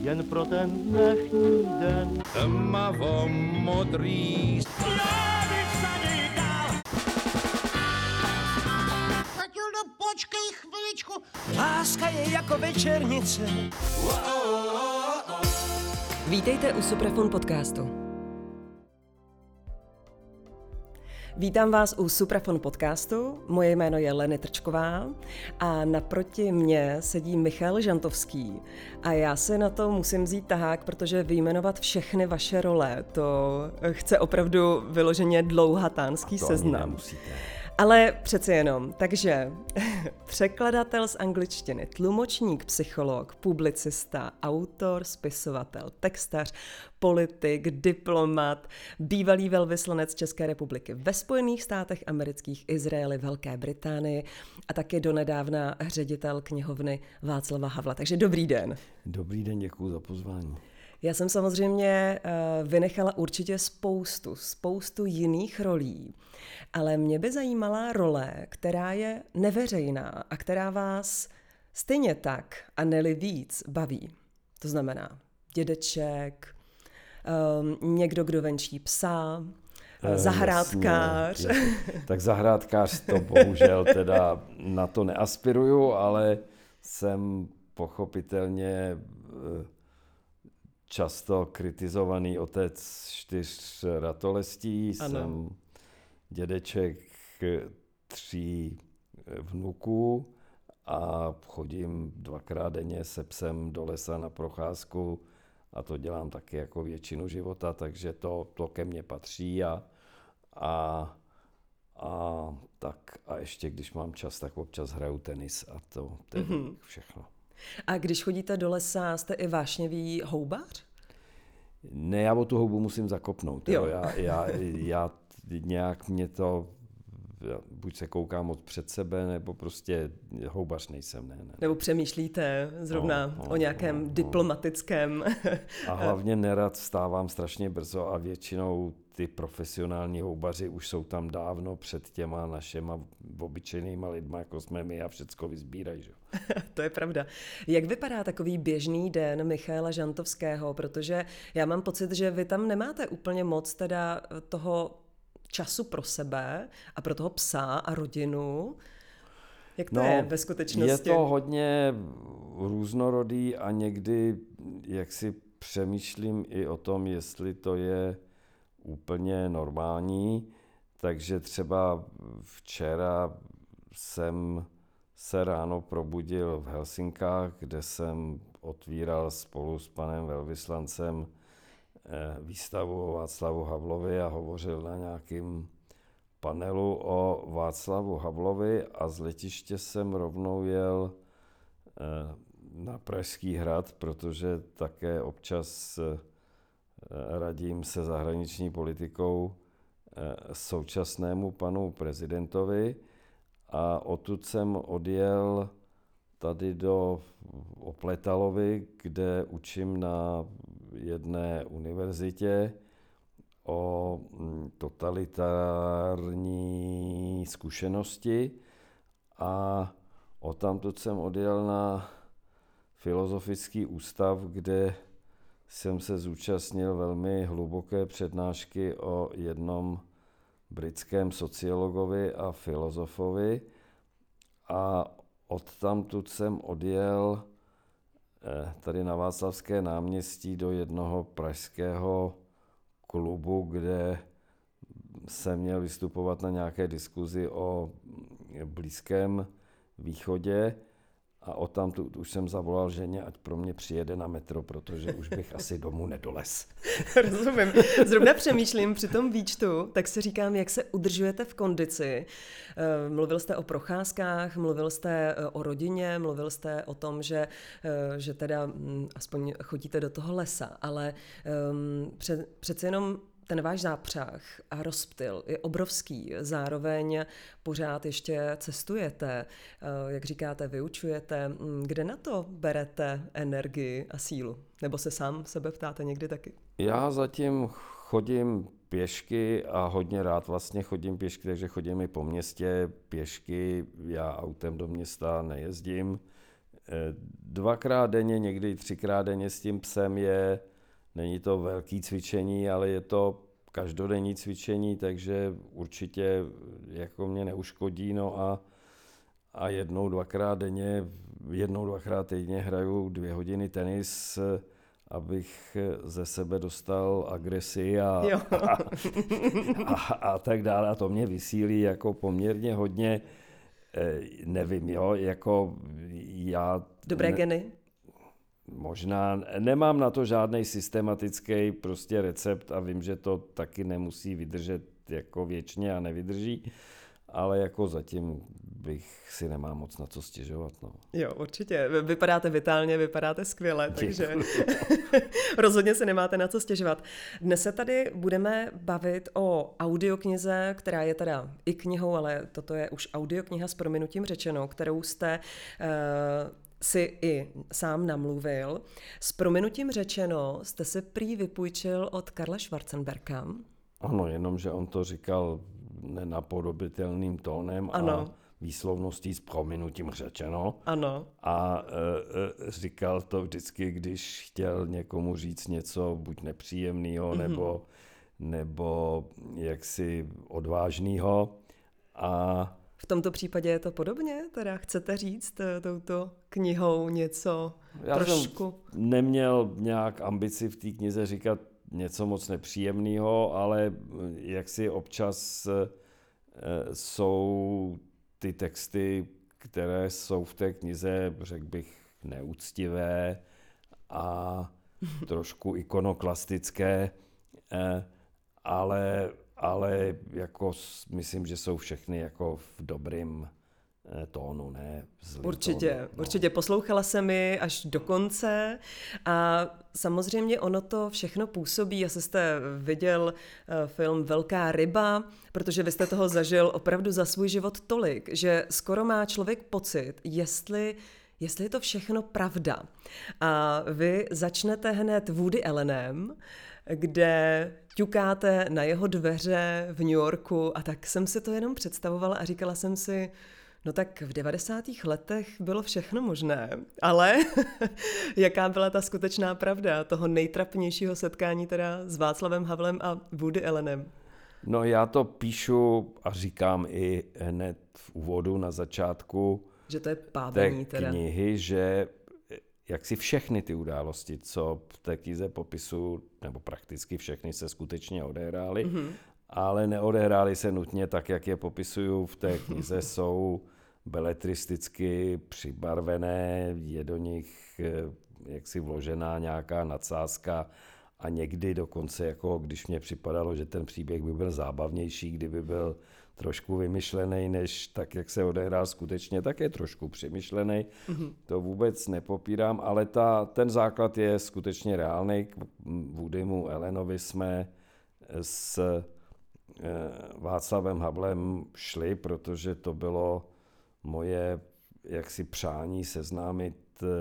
jen pro ten dnešní den. Tmavo modrý. Matildo, počkej chviličku. Láska je jako večernice. Vítejte u Suprafon podcastu. Vítám vás u Suprafon podcastu, moje jméno je Leny Trčková a naproti mně sedí Michal Žantovský a já se na to musím vzít tahák, protože vyjmenovat všechny vaše role, to chce opravdu vyloženě dlouhatánský seznam. Ale přece jenom, takže překladatel z angličtiny, tlumočník, psycholog, publicista, autor, spisovatel, textař, politik, diplomat, bývalý velvyslanec České republiky ve Spojených státech amerických, Izraeli, Velké Británii a taky donedávna ředitel knihovny Václava Havla. Takže dobrý den. Dobrý den, děkuji za pozvání. Já jsem samozřejmě vynechala určitě spoustu jiných rolí, ale mě by zajímala role, která je neveřejná a která vás stejně tak a ne-li víc baví. To znamená dědeček, někdo, kdo venčí psa, zahrádkář. Jasně. Tak zahrádkář to bohužel teda na to neaspiruju, ale jsem pochopitelně často kritizovaný otec 4 ratolestí, ano. Jsem dědeček 3 vnuků a chodím 2krát denně se psem do lesa na procházku a to dělám taky jako většinu života, takže to ke mně patří a ještě když mám čas, tak občas hraju tenis a to je všechno. A když chodíte do lesa, jste i vášnivý houbář? Ne, já o tu houbu musím zakopnout. Jo. Já nějak mě to, buď se koukám moc před sebe, nebo prostě houbař nejsem. Ne. Nebo přemýšlíte zrovna o nějakém diplomatickém... A hlavně nerad vstávám strašně brzo a většinou ty profesionální houbaři už jsou tam dávno před těma našima obyčejnýma lidma, jako jsme my a všecko vyzbírají. Že? To je pravda. Jak vypadá takový běžný den Michaela Žantovského? Protože já mám pocit, že vy tam nemáte úplně moc teda toho času pro sebe a pro toho psa a rodinu. Jak to je ve skutečnosti? Je to hodně různorodý a někdy, jak si přemýšlím i o tom, jestli to je úplně normální. Takže třeba včera jsem se ráno probudil v Helsinkách, kde jsem otvíral spolu s panem velvyslancem výstavu o Václavu Havlovi a hovořil na nějakém panelu o Václavu Havlovi a z letiště jsem rovnou jel na Pražský hrad, protože také občas radím se zahraniční politikou současnému panu prezidentovi a odtud jsem odjel tady do Opletalovy, kde učím na jedné univerzitě o totalitární zkušenosti a odtamtud jsem odjel na Filozofický ústav, kde jsem se zúčastnil velmi hluboké přednášky o jednom britském sociologovi a filozofovi a odtamtud jsem odjel tady na Václavské náměstí do jednoho pražského klubu, kde jsem měl vystupovat na nějaké diskuzi o Blízkém východě a odtamtud už jsem zavolal ženě, ať pro mě přijede na metro, protože už bych asi domů nedolez. Rozumím. Zrovna přemýšlím při tom výčtu, tak si říkám, jak se udržujete v kondici. Mluvil jste o procházkách, mluvil jste o rodině, mluvil jste o tom, že teda aspoň chodíte do toho lesa, ale přece jenom ten váš zápřah a rozptyl je obrovský. Zároveň pořád ještě cestujete, jak říkáte, vyučujete. Kde na to berete energii a sílu? Nebo se sám sebe ptáte někdy taky? Já zatím chodím pěšky a hodně rád vlastně chodím pěšky, takže chodím i po městě pěšky. Já autem do města nejezdím. 2krát denně, někdy 3krát denně s tím psem není to velký cvičení, ale je to každodenní cvičení, takže určitě jako mě neuškodí, no a jednou, dvakrát týdně hraju 2 hodiny tenis, abych ze sebe dostal agresi a tak dále. A to mě vysílí jako poměrně hodně, nevím, jo, jako já... Dobré geny? Možná nemám na to žádný systematický prostě recept a vím, že to taky nemusí vydržet jako věčně a nevydrží, ale jako zatím bych si nemám moc na co stěžovat. No. Jo, určitě. Vypadáte vitálně, vypadáte skvěle, takže rozhodně si nemáte na co stěžovat. Dnes se tady budeme bavit o audioknize, která je teda i knihou, ale toto je už audiokniha s prominutím řečeno, kterou jste si i sám namluvil. S prominutím řečeno jste si prý vypůjčil od Karla Schwarzenberga. Ano, jenomže on to říkal nenapodobitelným tónem a výslovností s prominutím řečeno. Ano. A říkal to vždycky, když chtěl někomu říct něco buď nepříjemného, nebo jaksi odvážného. A v tomto případě je to podobně? Teda chcete říct touto knihou něco trošku? Já jsem neměl nějak ambici v té knize říkat něco moc nepříjemného, ale jaksi občas jsou ty texty, které jsou v té knize, řekl bych, neúctivé a trošku ikonoklastické, ale jako myslím, že jsou všechny jako v dobrým tónu, ne zlý Určitě, tónu, no. Určitě. Poslouchala jsem ji až do konce a samozřejmě ono to všechno působí. Asi jste viděl film Velká ryba, protože vy jste toho zažil opravdu za svůj život tolik, že skoro má člověk pocit, jestli je to všechno pravda. A vy začnete hned Woody Allenem, kde ťukáte na jeho dveře v New Yorku a tak jsem si to jenom představovala a říkala jsem si, no tak v 90. letech bylo všechno možné, ale jaká byla ta skutečná pravda toho nejtrapnějšího setkání teda s Václavem Havlem a Woody Allenem? No já to píšu a říkám i hned v úvodu na začátku že to je pádení té knihy, že jak si všechny ty události, co v té knize popisuju, nebo prakticky všechny se skutečně odehrály, ale neodehrály se nutně tak, jak je popisuju v té knize, jsou beletristicky přibarvené, je do nich jaksi vložená nějaká nadsázka a někdy dokonce, jako když mě připadalo, že ten příběh by byl zábavnější, kdyby byl trošku vymyšlený, než tak, jak se odehrál skutečně, tak je trošku přemýšlený. To vůbec nepopírám, ale ten základ je skutečně reálný. K Woodymu Allenovi jsme s Václavem Havlem šli, protože to bylo moje jaksi přání seznámit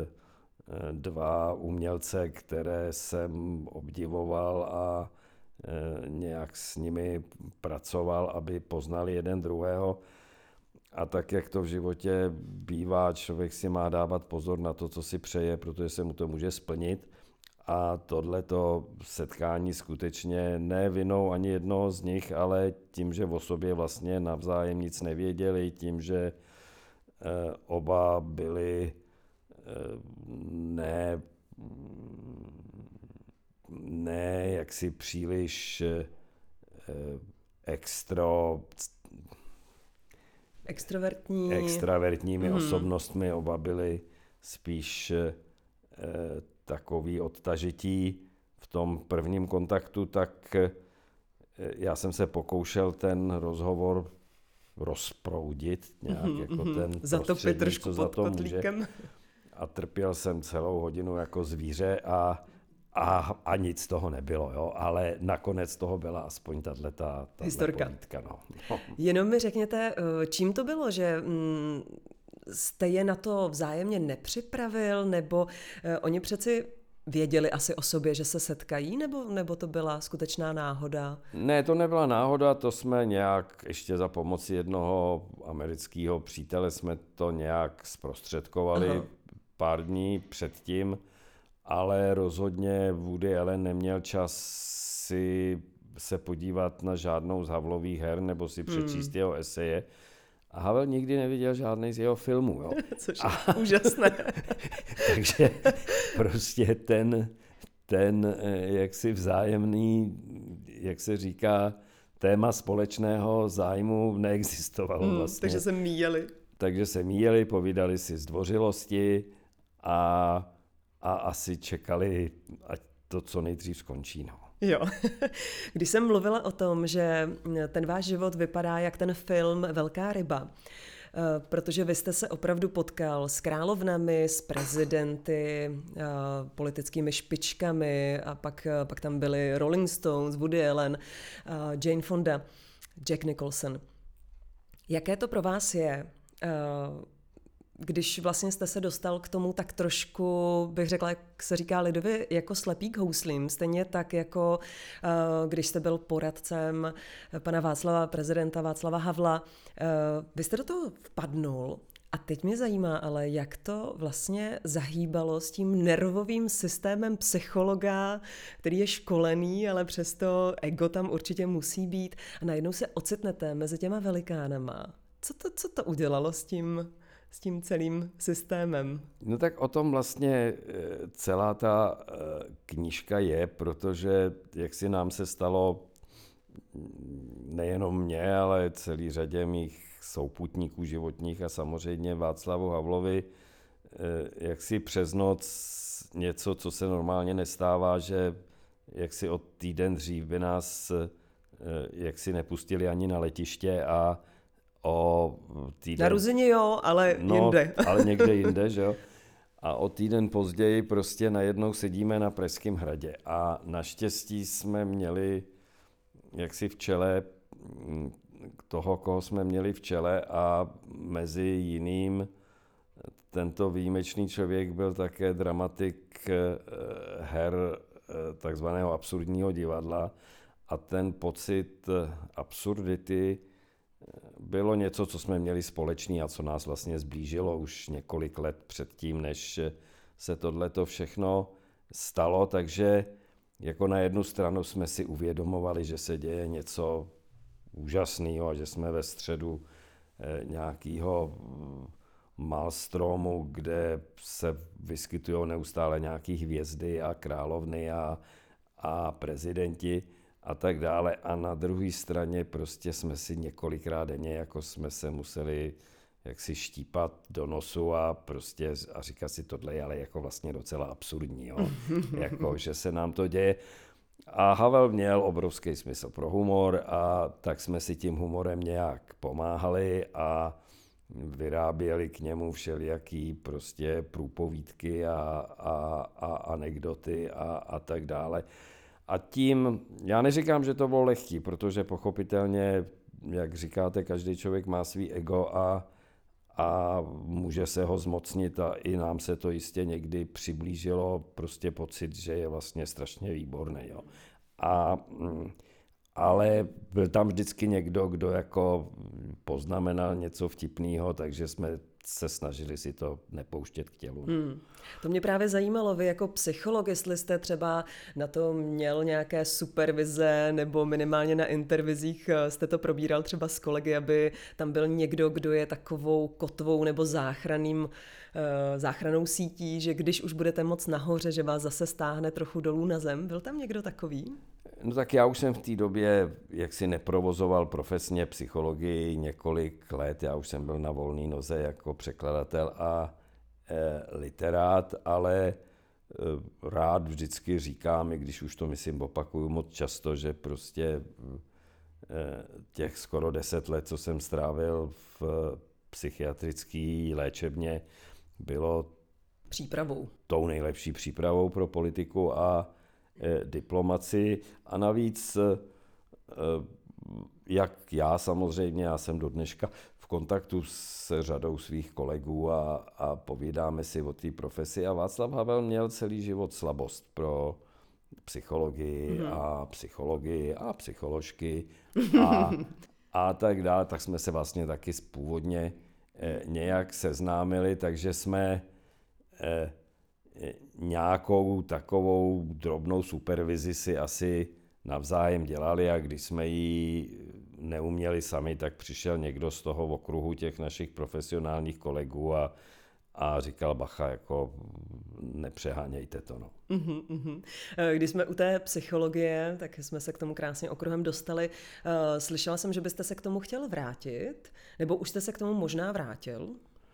2 umělce, které jsem obdivoval a nějak s nimi pracoval, aby poznali jeden druhého. A tak, jak to v životě bývá, člověk si má dávat pozor na to, co si přeje, protože se mu to může splnit. A tohleto setkání skutečně ne vinou ani jednoho z nich, ale tím, že o sobě vlastně navzájem nic nevěděli, tím, že oba byli ne jaksi příliš extravertními osobnostmi, oba byli spíš takový odtažití v tom prvním kontaktu, tak já jsem se pokoušel ten rozhovor rozproudit, nějak jako ten zatopit trošku pod kotlíkem. A trpěl jsem celou hodinu jako zvíře a nic z toho nebylo, jo? Ale nakonec toho byla aspoň tato historka. Povídka, no. Jenom mi řekněte, čím to bylo, že jste je na to vzájemně nepřipravil, nebo oni přeci věděli asi o sobě, že se setkají, nebo to byla skutečná náhoda? Ne, to nebyla náhoda, to jsme nějak ještě za pomoci jednoho amerického přítele jsme to nějak zprostředkovali. Aha. pár dní předtím, ale rozhodně Woody Allen neměl čas si se podívat na žádnou z Havlových her nebo si přečíst jeho eseje. A Havel nikdy neviděl žádný z jeho filmů. Jo? Což je úžasné. Takže prostě ten jaksi vzájemný, jak se říká, téma společného zájmu neexistovalo vlastně. Takže se míjeli. Takže se míjeli, povídali si zdvořilosti a asi čekali, ať to co nejdřív skončí. No. Jo. Když jsem mluvila o tom, že ten váš život vypadá jak ten film Velká ryba, protože vy jste se opravdu potkal s královnami, s prezidenty, politickými špičkami a pak tam byli Rolling Stones, Woody Allen, Jane Fonda, Jack Nicholson. Jaké to pro vás je, když vlastně jste se dostal k tomu tak trošku, bych řekla, jak se říká lidově, jako slepý k houslím, stejně tak jako když jste byl poradcem pana prezidenta Václava Havla. Vy jste do toho vpadnul a teď mě zajímá, ale jak to vlastně zahýbalo s tím nervovým systémem psychologa, který je školený, ale přesto ego tam určitě musí být a najednou se ocitnete mezi těma velikánama. Co to udělalo s tím celým systémem? No tak o tom vlastně celá ta knížka je, protože jak si nám se stalo nejenom mě, ale celý řadě mých souputníků životních a samozřejmě Václavu Havlovi, jak si přes noc něco, co se normálně nestává, že jak si od týden dřív by nás jak si nepustili ani na letiště a o týden... Na Ruzině jo, ale jinde. Ale někde jinde, že jo. A o týden později prostě najednou sedíme na Pražském hradě. A naštěstí jsme měli jaksi v čele toho, koho jsme měli v čele a mezi jiným tento výjimečný člověk byl také dramatik her takzvaného absurdního divadla a ten pocit absurdity bylo něco, co jsme měli společný a co nás vlastně zblížilo už několik let předtím, než se tohleto všechno stalo, takže jako na jednu stranu jsme si uvědomovali, že se děje něco úžasného a že jsme ve středu nějakého maelstromu, kde se vyskytují neustále nějaké hvězdy a královny a prezidenti a tak dále. A na druhé straně prostě jsme si několikrát denně, jako jsme se museli jaksi štípat do nosu a prostě a říkat si, tohle je ale jako vlastně docela absurdní, jo? Jako, že se nám to děje. A Havel měl obrovský smysl pro humor a tak jsme si tím humorem nějak pomáhali a vyráběli k němu všelijaký prostě průpovídky a anekdoty a tak dále. A tím, já neříkám, že to bylo lehký, protože pochopitelně, jak říkáte, každý člověk má svý ego a může se ho zmocnit a i nám se to jistě někdy přiblížilo prostě pocit, že je vlastně strašně výborný. Jo. Ale byl tam vždycky někdo, kdo jako poznamenal něco vtipného, takže jsme se snažili si to nepouštět k tělu. To mě právě zajímalo, vy jako psycholog, jestli jste třeba na to měl nějaké supervize nebo minimálně na intervizích jste to probíral třeba s kolegy, aby tam byl někdo, kdo je takovou kotvou nebo záchrannou sítí, že když už budete moc nahoře, že vás zase stáhne trochu dolů na zem. Byl tam někdo takový? No tak já už jsem v té době jaksi neprovozoval profesně psychologii několik let, já už jsem byl na volné noze jako překladatel a literát, ale rád vždycky říkám, i když už to myslím opakuju moc často, že prostě těch skoro 10 let, co jsem strávil v psychiatrické léčebně, bylo přípravou. Tou nejlepší přípravou pro politiku a diplomaci. A navíc, jak já samozřejmě, já jsem do dneška v kontaktu s řadou svých kolegů a povídáme si o té profesi. A Václav Havel měl celý život slabost pro psychologii a psycholožky a tak dále. Tak jsme se vlastně taky původně nějak seznámili, takže jsme nějakou takovou drobnou supervizi si asi navzájem dělali a když jsme ji neuměli sami, tak přišel někdo z toho okruhu těch našich profesionálních kolegů a říkal bacha, jako nepřehánějte to. No. Když jsme u té psychologie, tak jsme se k tomu krásně okruhem dostali. Slyšela jsem, že byste se k tomu chtěl vrátit, nebo už jste se k tomu možná vrátil?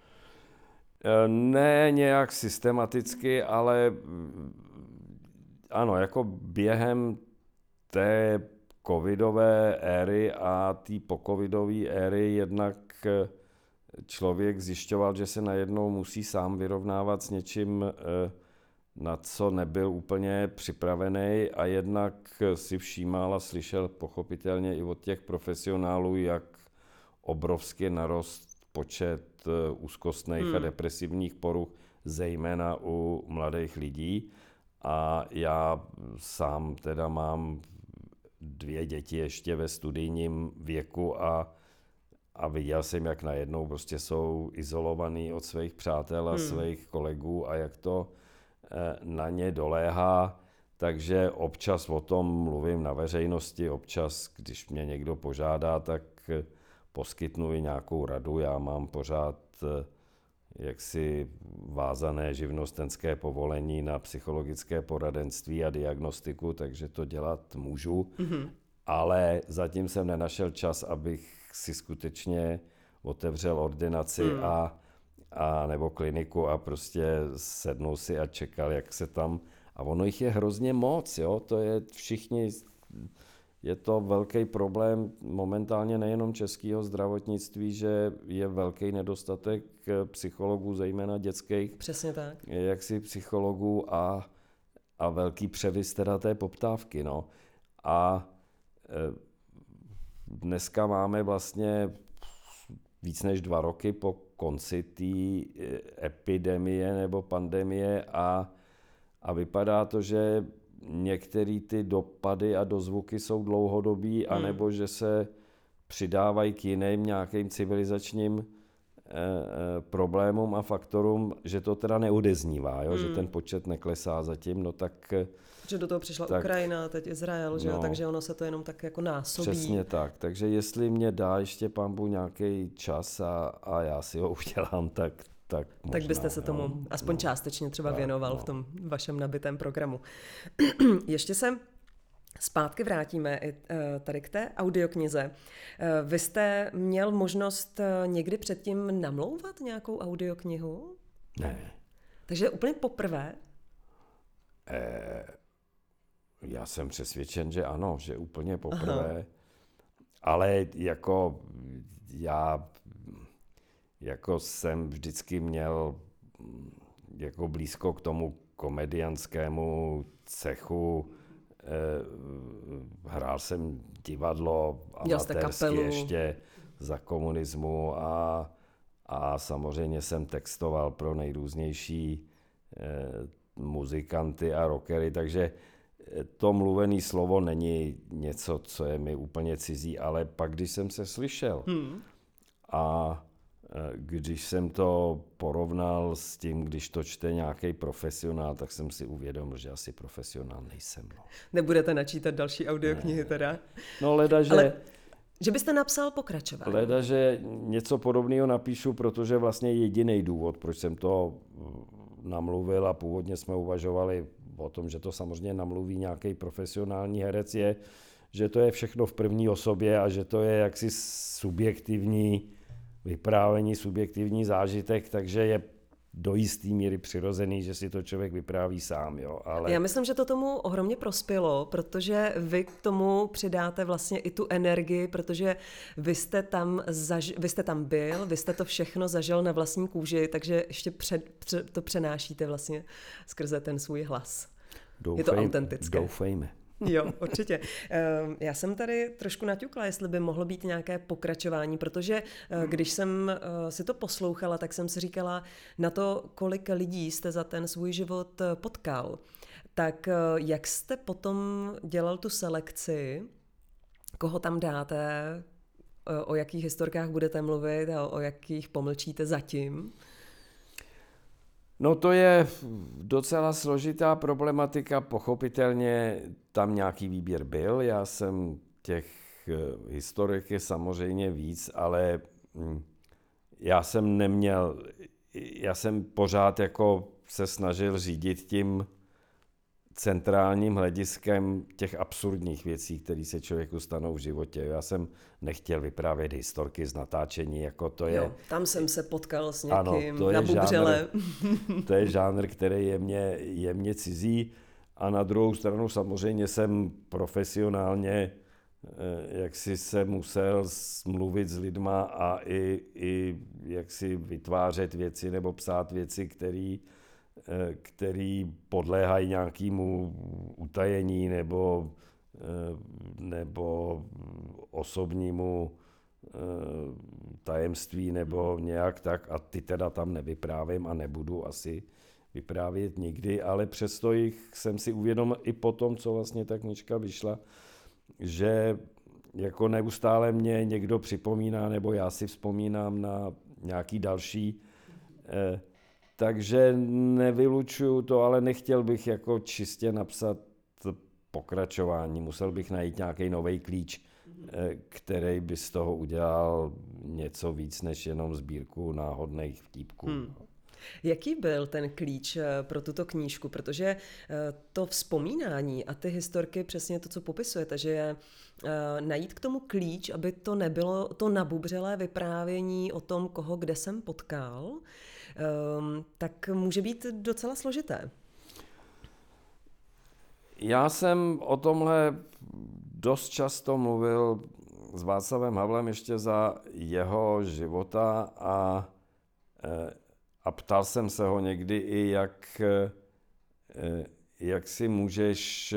Ne nějak systematicky, ale ano, jako během té covidové éry a té pocovidové éry jednak člověk zjišťoval, že se najednou musí sám vyrovnávat s něčím, na co nebyl úplně připravený a jednak si všímal a slyšel pochopitelně i od těch profesionálů, jak obrovsky narost počet úzkostných a depresivních poruch, zejména u mladých lidí. A já sám teda mám 2 děti ještě ve studijním věku a viděl jsem, jak najednou prostě jsou izolovaný od svých přátel a svých kolegů a jak to na ně doléhá. Takže občas o tom mluvím na veřejnosti, občas, když mě někdo požádá, tak poskytnu i nějakou radu. Já mám pořád jaksi vázané živnostenské povolení na psychologické poradenství a diagnostiku, takže to dělat můžu, ale zatím jsem nenašel čas, abych si skutečně otevřel ordinaci a nebo kliniku a prostě sednul si a čekal, jak se tam... A ono jich je hrozně moc, jo, to je všichni... Je to velký problém momentálně nejenom českého zdravotnictví, že je velký nedostatek psychologů, zejména dětských. Přesně tak. Jaksi psychologů a velký převis teda té poptávky. No. A dneska máme vlastně víc než 2 roky po konci té epidemie nebo pandemie a vypadá to, že některé ty dopady a dozvuky jsou dlouhodobí, anebo že se přidávají k jiným nějakým civilizačním problémům a faktorům, že to teda neodeznívá, jo? Že ten počet neklesá zatím, no tak... Že do toho přišla Ukrajina, teď Izrael, že jo? Takže ono se to jenom tak jako násobí. Přesně tak, takže jestli mě dá ještě Pán Bůh nějaký čas a já si ho udělám, tak možná, tak byste se tomu aspoň částečně třeba věnoval v tom vašem nabitém programu. Ještě se zpátky vrátíme i tady k té audioknize. Vy jste měl možnost někdy předtím namlouvat nějakou audioknihu? Ne. Takže úplně poprvé? Já jsem přesvědčen, že ano, že úplně poprvé. Aha. Ale jako já jako jsem vždycky měl jako blízko k tomu komedianskému cechu. Hrál jsem divadlo amatérsky ještě za komunismu a samozřejmě jsem textoval pro nejrůznější muzikanty a rockery, takže to mluvené slovo není něco, co je mi úplně cizí, ale pak, když jsem se slyšel a když jsem to porovnal s tím, když to čte nějaký profesionál, tak jsem si uvědomil, že asi profesionál nejsem. No. Nebudete načítat další audioknihy teda? No ledaže... Ale že byste napsal pokračování. Ledaže něco podobného napíšu, protože vlastně jediný důvod, proč jsem to namluvil a původně jsme uvažovali o tom, že to samozřejmě namluví nějaký profesionální herec, je, že to je všechno v první osobě a že to je jaksi subjektivní vyprávění, subjektivní zážitek, takže je do jistý míry přirozený, že si to člověk vypráví sám. Jo. Ale... Já myslím, že to tomu ohromně prospělo, protože vy k tomu přidáte vlastně i tu energii, protože vy jste tam byl, vy jste to všechno zažil na vlastní kůži, takže ještě to přenášíte vlastně skrze ten svůj hlas. Je to autentické. Doufejme. Jo, určitě. Já jsem tady trošku naťukla, jestli by mohlo být nějaké pokračování, protože když jsem si to poslouchala, tak jsem si říkala na to, kolik lidí jste za ten svůj život potkal. Tak jak jste potom dělal tu selekci, koho tam dáte, o jakých historkách budete mluvit a o jakých pomlčíte zatím? No to je docela složitá problematika, pochopitelně tam nějaký výběr byl, já jsem těch historik je samozřejmě víc, ale já jsem pořád jako se snažil řídit tím centrálním hlediskem těch absurdních věcí, které se člověku stanou v životě. Já jsem nechtěl vyprávět historky z natáčení, jako to je... Jo, tam jsem se potkal s někým to na bubřele. To je žánr, který je mě cizí a na druhou stranu samozřejmě jsem profesionálně jak si se musel mluvit s lidma a i jak si vytvářet věci nebo psát věci, které podléhají nějakému utajení nebo osobnímu tajemství nebo nějak tak a ty teda tam nevyprávím a nebudu asi vyprávět nikdy, ale přesto jsem si uvědomil i po tom, co vlastně ta knížka vyšla, že jako neustále mě někdo připomíná, nebo já si vzpomínám na nějaký další, takže nevylučuju to, ale nechtěl bych jako čistě napsat pokračování, musel bych najít nějaký nový klíč, který by z toho udělal něco víc než jenom sbírku náhodných vtípků. Jaký byl ten klíč pro tuto knížku? Protože to vzpomínání a ty historky, přesně to, co popisujete, že je najít k tomu klíč, aby to nebylo to nabubřelé vyprávění o tom, koho kde jsem potkal, tak může být docela složité. Já jsem o tomhle dost často mluvil s Václavem Havlem ještě za jeho života a ptal jsem se ho někdy i, jak si můžeš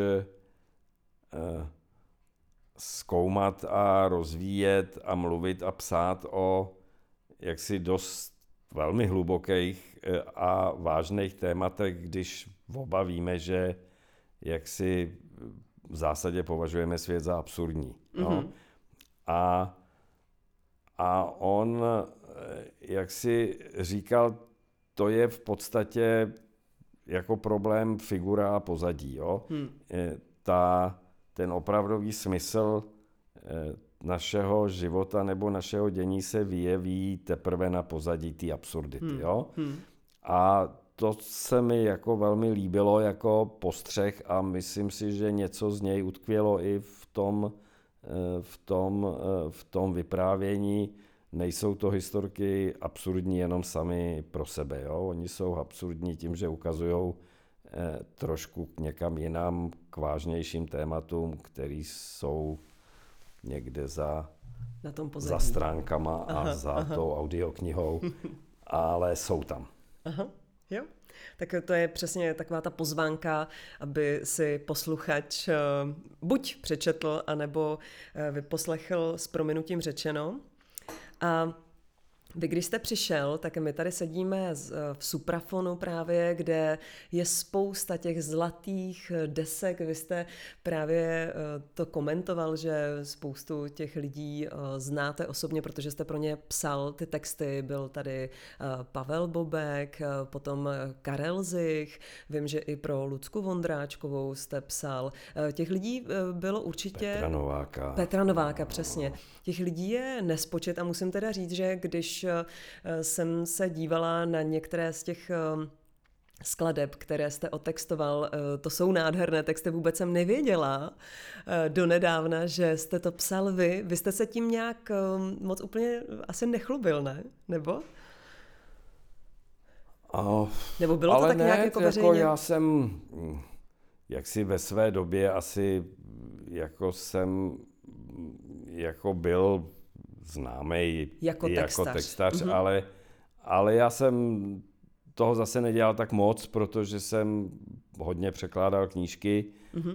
zkoumat a rozvíjet a mluvit a psát o jaksi dost velmi hlubokých a vážných tématech, když oba víme, že jaksi v zásadě považujeme svět za absurdní. No? A on jak si říkal, to je v podstatě jako problém figura a pozadí. Jo? Ten opravdový smysl našeho života nebo našeho dění se vyjeví teprve na pozadí té absurdity. Jo? A to se mi jako velmi líbilo jako postřeh a myslím si, že něco z něj utkvělo i v tom vyprávění. Nejsou to historky absurdní jenom sami pro sebe. Jo? Oni jsou absurdní tím, že ukazují trošku někam jinam k vážnějším tématům, které jsou někde za stránkama a za tou audioknihou, ale jsou tam. Aha, jo. Tak to je přesně taková ta pozvánka, aby si posluchač buď přečetl, anebo vyposlechl s prominutím řečeno. A vy, když jste přišel, tak my tady sedíme v Suprafonu právě, kde je spousta těch zlatých desek. Vy jste právě to komentoval, že spoustu těch lidí znáte osobně, protože jste pro ně psal ty texty. Byl tady Pavel Bobek, potom Karel Zich. Vím, že i pro Lucku Vondráčkovou jste psal. Těch lidí bylo určitě... Petra Nováka, přesně. Těch lidí je nespočet a musím teda říct, že když jsem se dívala na některé z těch skladeb, které jste otextoval, to jsou nádherné texty, vůbec jsem nevěděla donedávna, že jste to psal vy. Vy jste se tím nějak moc úplně asi nechlubil, ne? Nebo? Nebo bylo to tak ne, nějak jako veřejně? Jako já jsem jaksi ve své době asi jako jsem jako byl známý jako textař, ale já jsem toho zase nedělal tak moc, protože jsem hodně překládal knížky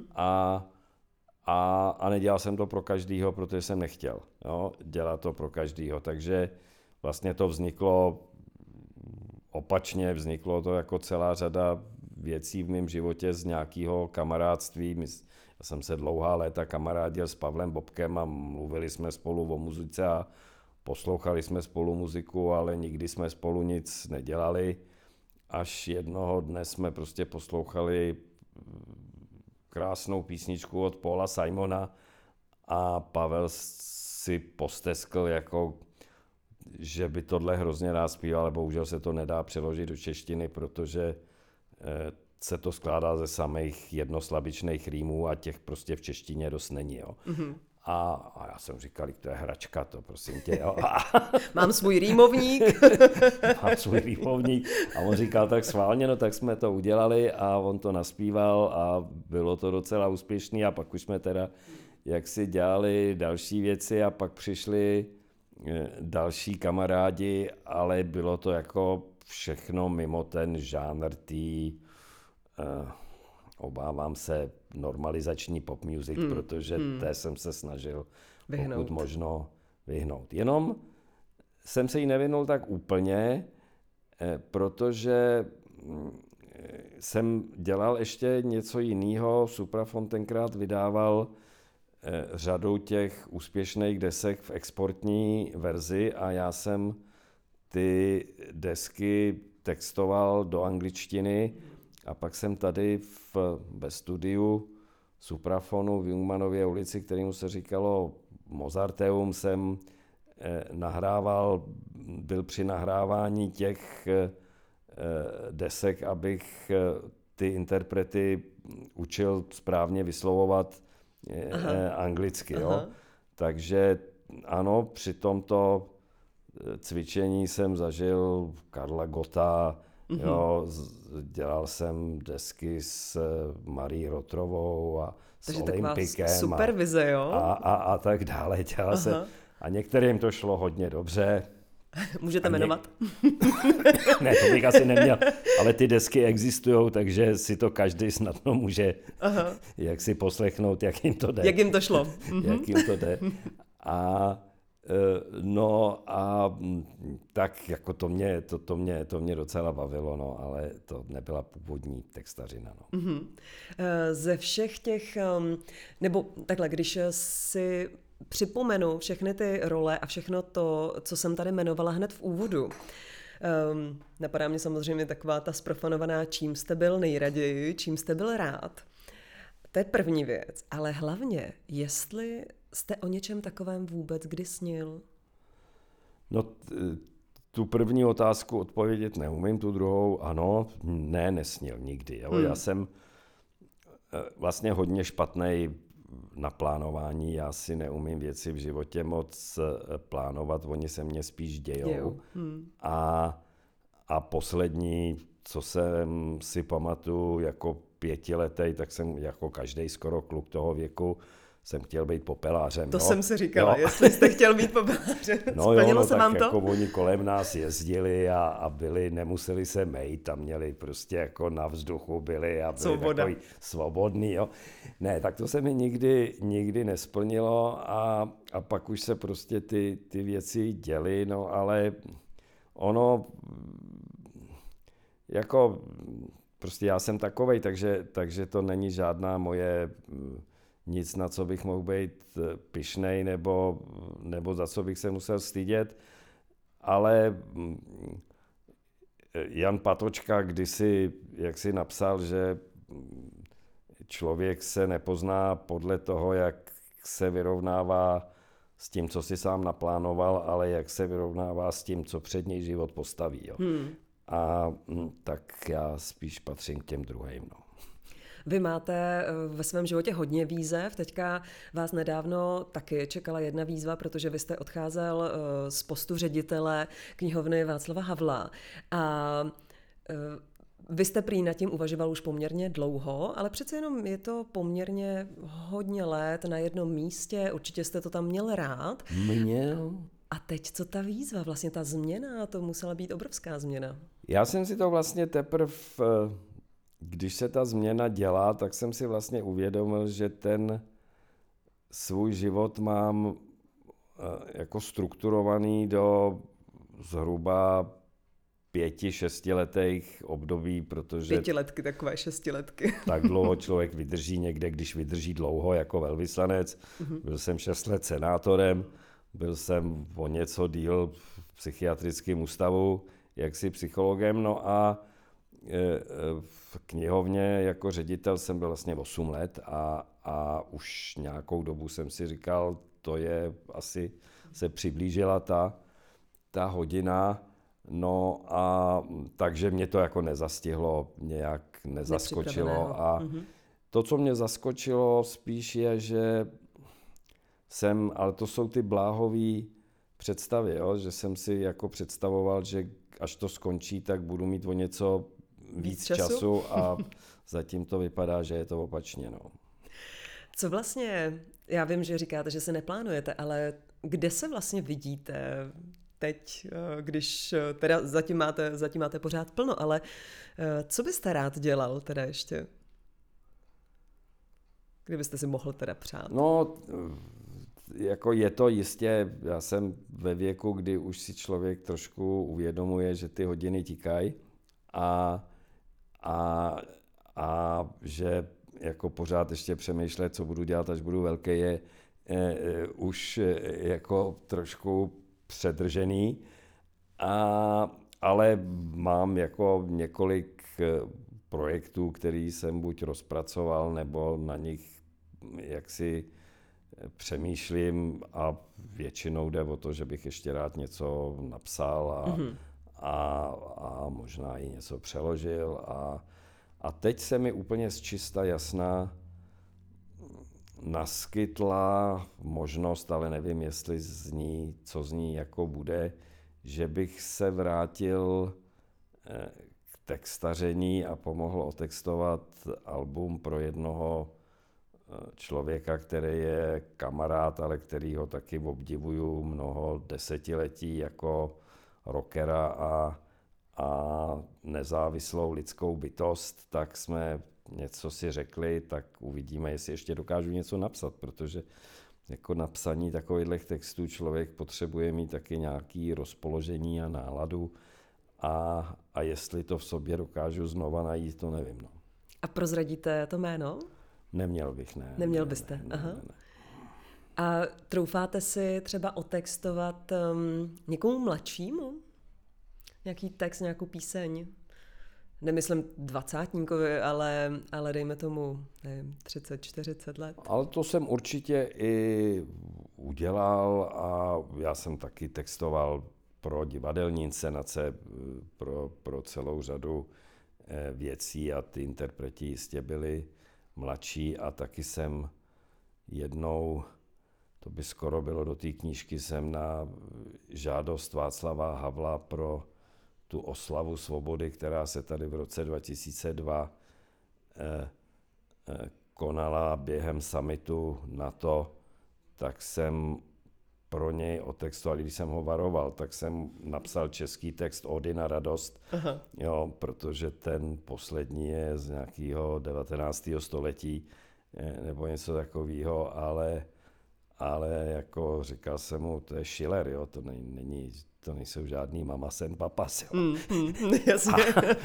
a nedělal jsem to pro každýho, protože jsem nechtěl dělat to pro každýho. Takže vlastně to vzniklo opačně, vzniklo to jako celá řada věcí v mém životě z nějakého kamarádství. Já jsem se dlouhá léta kamarádil s Pavlem Bobkem a mluvili jsme spolu o muzice a poslouchali jsme spolu muziku, ale nikdy jsme spolu nic nedělali. až jednoho dne jsme prostě poslouchali krásnou písničku od Paula Simona a Pavel si posteskl, jako, že by tohle hrozně rád zpíval, ale bohužel se to nedá přeložit do češtiny, protože se to skládá ze samých jednoslabičných rýmů a těch prostě v češtině dost není. Jo. Mm-hmm. A já jsem říkal, to je hračka, to prosím tě. Jo. Mám svůj rýmovník. Mám svůj rýmovník. A on říkal, tak schválně, no tak jsme to udělali a on to naspíval a bylo to docela úspěšný a pak už jsme teda jaksi dělali další věci a pak přišli další kamarádi, ale bylo to jako všechno mimo ten žánr obávám se, normalizační pop music, protože té jsem se snažil pokud možno vyhnout. Jenom jsem se jí nevyhnul tak úplně, protože jsem dělal ještě něco jiného. Suprafon tenkrát vydával řadu těch úspěšných desek v exportní verzi a já jsem ty desky textoval do angličtiny a pak jsem tady ve studiu Suprafonu v Jungmannově ulici, kterému se říkalo Mozarteum, jsem nahrával, byl při nahrávání těch desek, abych ty interprety učil správně vyslovovat anglicky. Jo? Takže ano, při tomto cvičení jsem zažil Karla Gotta, jo, dělal jsem desky s Marí Rotrovou a s Olympikem. Supervize, jo? A tak dále. Dělal jsem. A některým to šlo hodně dobře. Můžete jmenovat? Ne, to bych asi neměl. Ale ty desky existují, takže si to každý snadno může jak si poslechnout, jak jim to jde. Jak jim to šlo. Jak jim to jde. A no a tak jako to mě docela bavilo, no, ale to nebyla původní textařina. No. Ze všech těch, nebo takhle, když si připomenu všechny ty role a všechno to, co jsem tady jmenovala hned v úvodu, napadá mě samozřejmě taková ta zprofanovaná, čím jste byl nejraději, čím jste byl rád. To je první věc, ale hlavně, jestli jste o něčem takovém vůbec kdy snil? No, tu první otázku odpovědět neumím, tu druhou ano, ne, nesnil nikdy. Jo. Já jsem vlastně hodně špatnej na plánování, já si neumím věci v životě moc plánovat, oni se mně spíš dějou. A poslední, co jsem si pamatuju jako 5letý, tak jsem jako každý skoro kluk toho věku, jsem chtěl být popelářem. To jsem si říkala, jestli jste chtěl být popelářem. Splnilo se vám to? Jako oni kolem nás jezdili a byli, nemuseli se mejt a měli prostě jako na vzduchu byli a byli takový svobodný. Jo. Ne, tak to se mi nikdy nesplnilo a pak už se prostě ty věci děly, no ale ono jako prostě já jsem takovej, takže to není žádná moje nic, na co bych mohl být pyšnej nebo za co bych se musel stydět, ale Jan Patočka kdysi jaksi napsal, že člověk se nepozná podle toho, jak se vyrovnává s tím, co si sám naplánoval, ale jak se vyrovnává s tím, co před něj život postaví. Jo. A tak já spíš patřím k těm druhým. No. Vy máte ve svém životě hodně výzev. Teďka vás nedávno taky čekala jedna výzva, protože vy jste odcházel z postu ředitele knihovny Václava Havla. A vy jste prý nad tím uvažoval už poměrně dlouho, ale přece jenom je to poměrně hodně let na jednom místě. Určitě jste to tam měl rád. Měl. A teď co ta výzva, vlastně ta změna, to musela být obrovská změna. Já jsem si to vlastně teprve, když se ta změna dělá, tak jsem si vlastně uvědomil, že ten svůj život mám jako strukturovaný do zhruba 5-6 letých období, protože 5letky, takové 6letky. Tak dlouho člověk vydrží někde, když vydrží dlouho jako velvyslanec. Byl jsem 6 let senátorem, byl jsem o něco díl v psychiatrickém ústavu, jaksi psychologem, no a v knihovně jako ředitel jsem byl vlastně 8 let a už nějakou dobu jsem si říkal, to je asi se přiblížila ta hodina, no a takže mě to jako nezastihlo, nějak nezaskočilo a to, co mě zaskočilo spíš je, že ale to jsou ty bláhové představy, jo? Že jsem si jako představoval, že až to skončí, tak budu mít o něco víc času a zatím to vypadá, že je to opačně. No. Co vlastně, já vím, že říkáte, že se neplánujete, ale kde se vlastně vidíte teď, když teda zatím máte pořád plno, ale co byste rád dělal teda ještě? Kdybyste si mohl teda přát? No, jako je to jistě, já jsem ve věku, kdy už si člověk trošku uvědomuje, že ty hodiny tikají a že jako pořád ještě přemýšlet, co budu dělat, až budu velký, je už jako trošku předržený, ale mám jako několik projektů, který jsem buď rozpracoval, nebo na nich jaksi přemýšlím a většinou jde o to, že bych ještě rád něco napsal a možná i něco přeložil a teď se mi úplně zčista jasná naskytla možnost, ale nevím, jestli co z ní jako bude, že bych se vrátil k textaření a pomohl otextovat album pro jednoho člověka, který je kamarád, ale kterýho taky obdivuju mnoho desetiletí jako rockera a nezávislou lidskou bytost, tak jsme něco si řekli, tak uvidíme, jestli ještě dokážu něco napsat, protože jako napsaní takových textů člověk potřebuje mít taky nějaké rozpoložení a náladu a jestli to v sobě dokážu znova najít, to nevím. No. A prozradíte to jméno? Neměl bych, ne. Neměl byste, aha. Ne. A troufáte si třeba otextovat někomu mladšímu? Nějaký text, nějakou píseň? Nemyslím dvacátníkovi, ale dejme tomu 30-40 let. Ale to jsem určitě i udělal a já jsem taky textoval pro divadelní inscenace, pro celou řadu věcí a ty interpreti jistě byli mladší a taky jsem jednou, to by skoro bylo do té knížky, jsem na žádost Václava Havla pro tu oslavu svobody, která se tady v roce 2002 konala během summitu NATO, tak jsem pro něj otextoval, když jsem ho varoval, tak jsem napsal český text Ódy na radost, jo, protože ten poslední je z nějakého 19. století nebo něco takového, ale jako říkal jsem mu, to je Schiller, jo, to nejsou žádný mamasen papas. Jo. Jasně.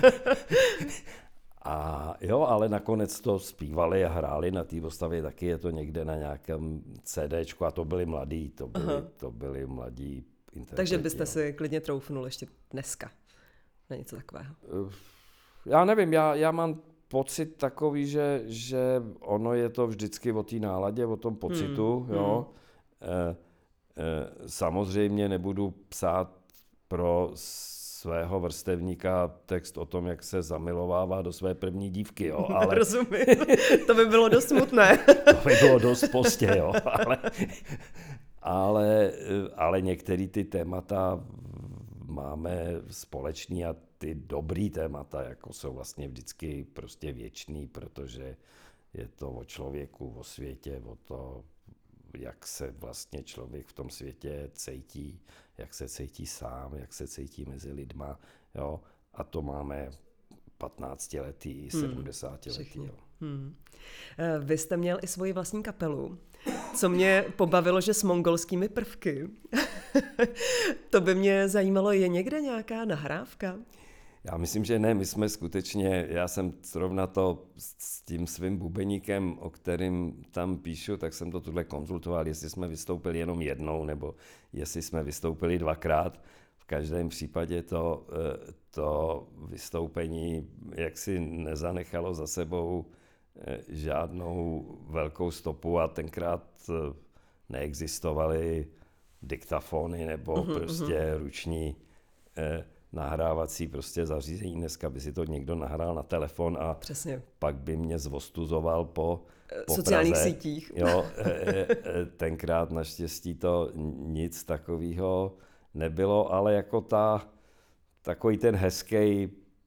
A jo, ale nakonec to zpívali a hráli na té postavě, taky je to někde na nějakém CDčku a to byli mladí, to byli mladí interpreti. Takže byste si klidně troufnul ještě dneska na něco takového. Já nevím, já mám pocit takový, že ono je to vždycky o té náladě, o tom pocitu, jo. Samozřejmě nebudu psát pro svého vrstevníka text o tom, jak se zamilovává do své první dívky, jo, ale... Rozumím, to by bylo dost smutné. To by bylo dost pozdě, jo, ale některé ty témata máme společný a ty dobrý témata jako jsou vlastně vždycky prostě věčný, protože je to o člověku, o světě, o to, jak se vlastně člověk v tom světě cítí, jak se cítí sám, jak se cítí mezi lidma, jo, a to máme 15letý, 70letý. Vy jste měl i svoji vlastní kapelu, co mě pobavilo, že s mongolskými prvky. To by mě zajímalo, je někde nějaká nahrávka? Já myslím, že ne, my jsme skutečně, já jsem zrovna to s tím svým bubeníkem, o kterým tam píšu, tak jsem to tuhle konzultoval, jestli jsme vystoupili jenom jednou, nebo jestli jsme vystoupili dvakrát. v každém případě to vystoupení jaksi nezanechalo za sebou žádnou velkou stopu a tenkrát neexistovaly diktafony nebo prostě ruční nahrávací prostě zařízení. Dneska by si to někdo nahrál na telefon a Přesně. pak by mě zvostuzoval po sociálních Praze. sítích. Jo, tenkrát naštěstí to nic takového nebylo, ale jako takový ten hezký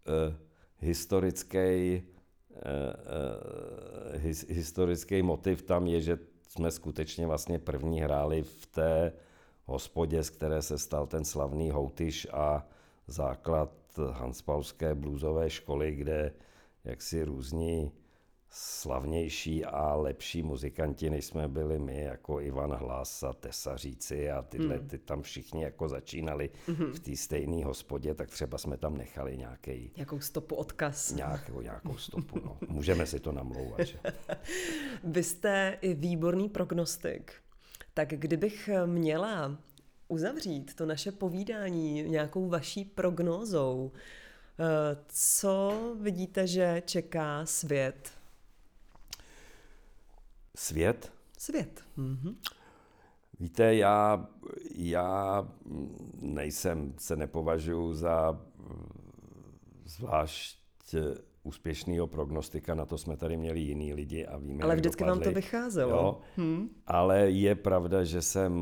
historický motiv tam je, že jsme skutečně vlastně první hráli v té hospodě, z které se stal ten slavný Houtyš a základ Hanspauské bluesové školy, kde jaksi různí slavnější a lepší muzikanti, než jsme byli my, jako Ivan Hlas a Tesaříci a tyhle, ty tam všichni jako začínali v té stejné hospodě, tak třeba jsme tam nechali Jakou stopu, odkaz. Nějakou stopu, no. Můžeme si to namlouvat, že? Vy jste i výborný prognostik. Tak kdybych měla uzavřít to naše povídání nějakou vaší prognózou, co vidíte, že čeká svět? Svět? Svět. Víte, já se nepovažuji za zvlášť úspěšného prognostika, na to jsme tady měli jiný lidi a víme, ale vždycky dopadli. vám to vycházelo. Jo, ale je pravda, že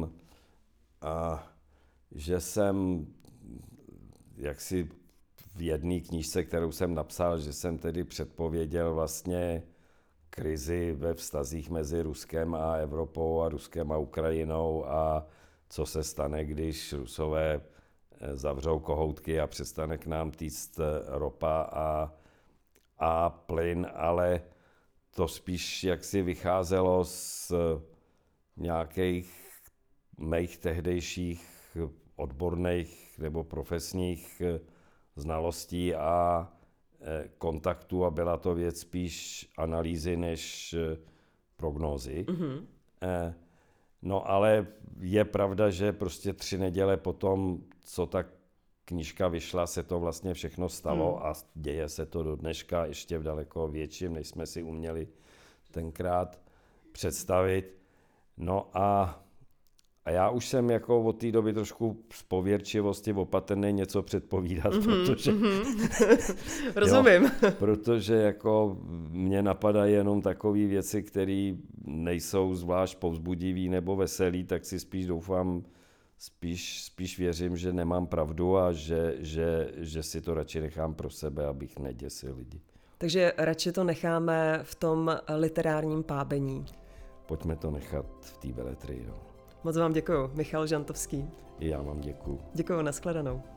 jsem jaksi v jedné knížce, kterou jsem napsal, že jsem tedy předpověděl vlastně krizi ve vztazích mezi Ruskem a Evropou a Ruskem a Ukrajinou a co se stane, když Rusové zavřou kohoutky a přestane k nám týct ropa a plyn, ale to spíš jaksi vycházelo z nějakých mých tehdejších odborných nebo profesních znalostí a kontaktů a byla to věc spíš analýzy než prognózy. No ale je pravda, že prostě 3 neděle potom, co ta knížka vyšla, se to vlastně všechno stalo a děje se to do dneška ještě v daleko větším, než jsme si uměli tenkrát představit. No a já už jsem jako od té doby trošku z pověrčivosti opatrný něco předpovídat, protože... Rozumím. Protože jako mě napadají jenom takové věci, které nejsou zvlášť povzbudivý nebo veselý, tak si spíš doufám, spíš věřím, že nemám pravdu a že si to radši nechám pro sebe, abych neděsil lidi. Takže radši to necháme v tom literárním pábení. Pojďme to nechat v té beletrii. No. Moc vám děkuju, Michal Žantovský. I já vám děkuju. Děkuju, nashledanou.